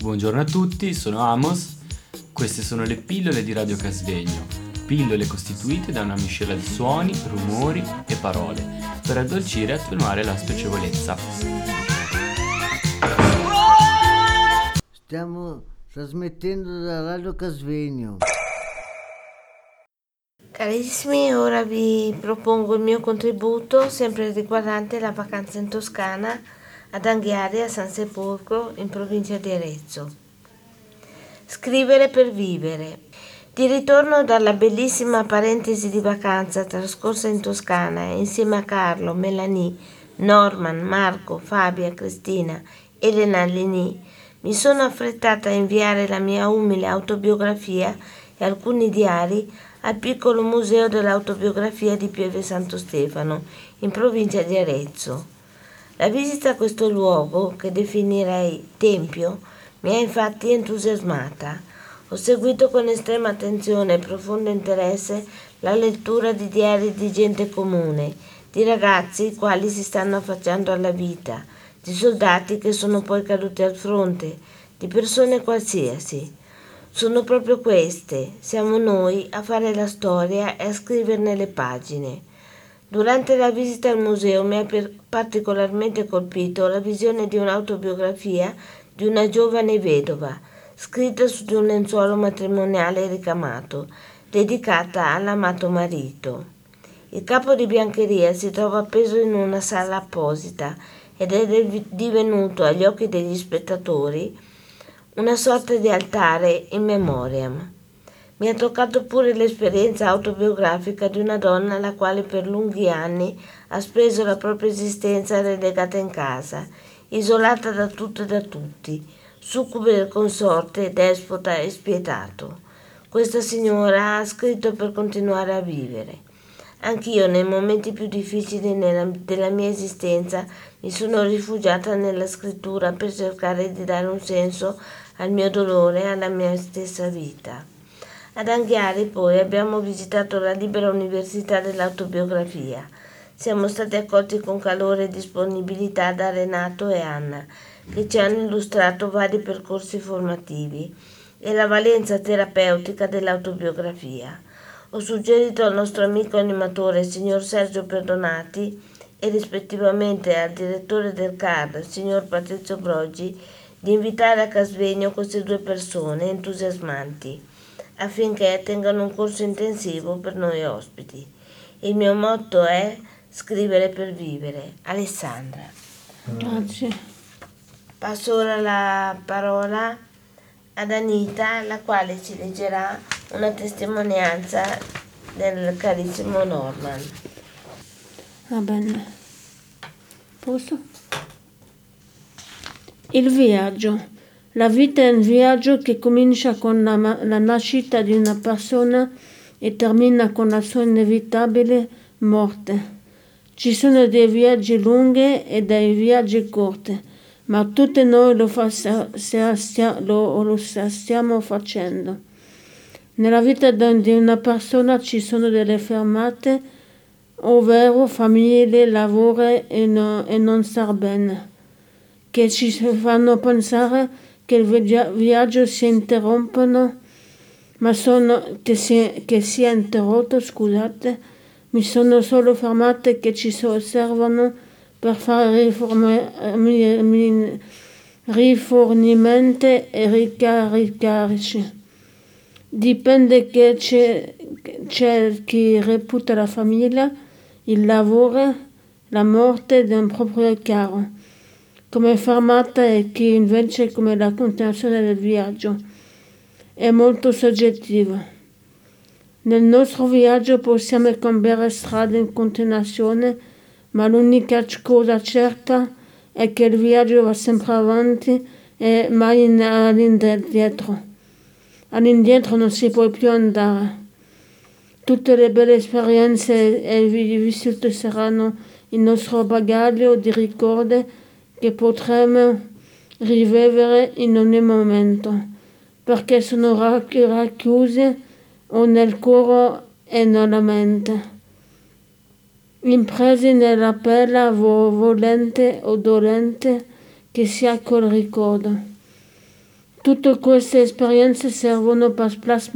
Buongiorno a tutti, sono Amos. Queste sono le pillole di Radio Casvegno. Pillole costituite da una miscela di suoni, rumori e parole per addolcire e attenuare la spiacevolezza. Stiamo trasmettendo da Radio Casvegno. Carissimi, ora vi propongo il mio contributo, sempre riguardante la vacanza in Toscana, ad Anghiari, a San Sepolcro, in provincia di Arezzo. Scrivere per vivere. Di ritorno dalla bellissima parentesi di vacanza trascorsa in Toscana insieme a Carlo, Melanie, Norman, Marco, Fabia, Cristina, Elena Lini, mi sono affrettata a inviare la mia umile autobiografia e alcuni diari al piccolo museo dell'autobiografia di Pieve Santo Stefano, in provincia di Arezzo. La visita a questo luogo, che definirei tempio, mi ha infatti entusiasmata. Ho seguito con estrema attenzione e profondo interesse la lettura di diari di gente comune, di ragazzi i quali si stanno affacciando alla vita, di soldati che sono poi caduti al fronte, di persone qualsiasi. Sono proprio queste, siamo noi, a fare la storia e a scriverne le pagine. Durante la visita al museo mi ha particolarmente colpito la visione di un'autobiografia di una giovane vedova, scritta su di un lenzuolo matrimoniale ricamato, dedicata all'amato marito. Il capo di biancheria si trova appeso in una sala apposita ed è divenuto agli occhi degli spettatori una sorta di altare in memoriam. Mi ha toccato pure l'esperienza autobiografica di una donna la quale per lunghi anni ha speso la propria esistenza relegata in casa, isolata da tutto e da tutti, succube del consorte, despota e spietato. Questa signora ha scritto per continuare a vivere. Anch'io, nei momenti più difficili della mia esistenza, mi sono rifugiata nella scrittura per cercare di dare un senso al mio dolore e alla mia stessa vita. Ad Anghiari poi abbiamo visitato la Libera Università dell'Autobiografia. Siamo stati accolti con calore e disponibilità da Renato e Anna, che ci hanno illustrato vari percorsi formativi e la valenza terapeutica dell'autobiografia. Ho suggerito al nostro amico animatore, signor Sergio Perdonati, e rispettivamente al direttore del CAR, signor Patrizio Broggi, di invitare a Casvegno queste due persone entusiasmanti, affinché tengano un corso intensivo per noi ospiti. Il mio motto è scrivere per vivere. Alessandra. Grazie. Passo ora la parola ad Anita, la quale ci leggerà una testimonianza del carissimo Norman. Va bene. Posso? Il viaggio. La vita è un viaggio che comincia con la nascita di una persona e termina con la sua inevitabile morte. Ci sono dei viaggi lunghi e dei viaggi corti, ma tutti noi lo stiamo facendo. Nella vita di una persona ci sono delle fermate, ovvero famiglie, lavoro e non star bene, che ci fanno pensare che il viaggio si interrompono, ma che sia interrotto, scusate, mi sono solo fermate che ci servono per fare rifornimenti e ricaricarci. Dipende che c'è chi reputa la famiglia, il lavoro, la morte di un proprio caro come fermata e chi invece come la continuazione del viaggio. È molto soggettivo. Nel nostro viaggio possiamo cambiare strada in continuazione, ma l'unica cosa certa è che il viaggio va sempre avanti e mai all'indietro. All'indietro non si può più andare. Tutte le belle esperienze vissute saranno il nostro bagaglio di ricordi che potremo rivivere in ogni momento, perché sono racchiuse o nel cuore e nella mente, impresi nella pelle volente o dolente che sia quel ricordo. Tutte queste esperienze servono per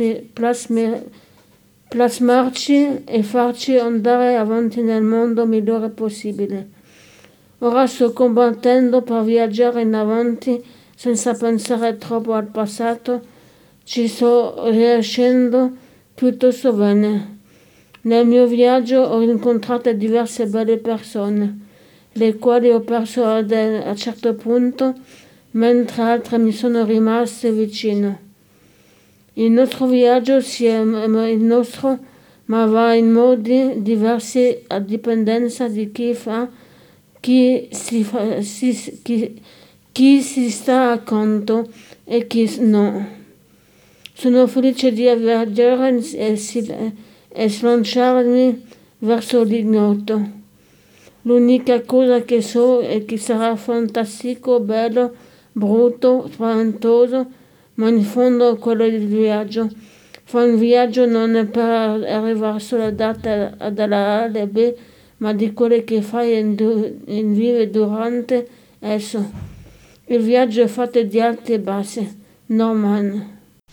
plasmarci e farci andare avanti nel mondo migliore possibile. Ora sto combattendo per viaggiare in avanti senza pensare troppo al passato. Ci sto riuscendo piuttosto bene. Nel mio viaggio ho incontrato diverse belle persone, le quali ho perso a un certo punto, mentre altre mi sono rimaste vicino. Il nostro viaggio è il nostro, ma va in modi diversi a dipendenza di chi si sta accanto e chi no. Sono felice di viaggiare e slanciarmi verso l'ignoto. L'unica cosa che so è che sarà fantastico, bello, brutto, spaventoso, ma in fondo quello è il viaggio. Fare un viaggio non è per arrivare sulla data dalla A alla B, ma di quelle che fai in vive durante esso. Il viaggio è fatto di alti e bassi. Norman.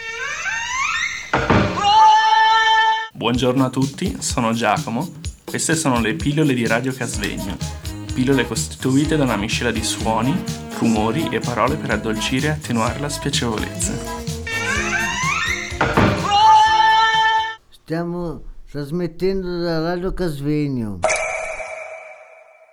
Buongiorno a tutti, sono Giacomo. Queste sono le pillole di Radio Casvegno. Pillole costituite da una miscela di suoni, rumori e parole per addolcire e attenuare la spiacevolezza. Stiamo trasmettendo da Radio Casvegno.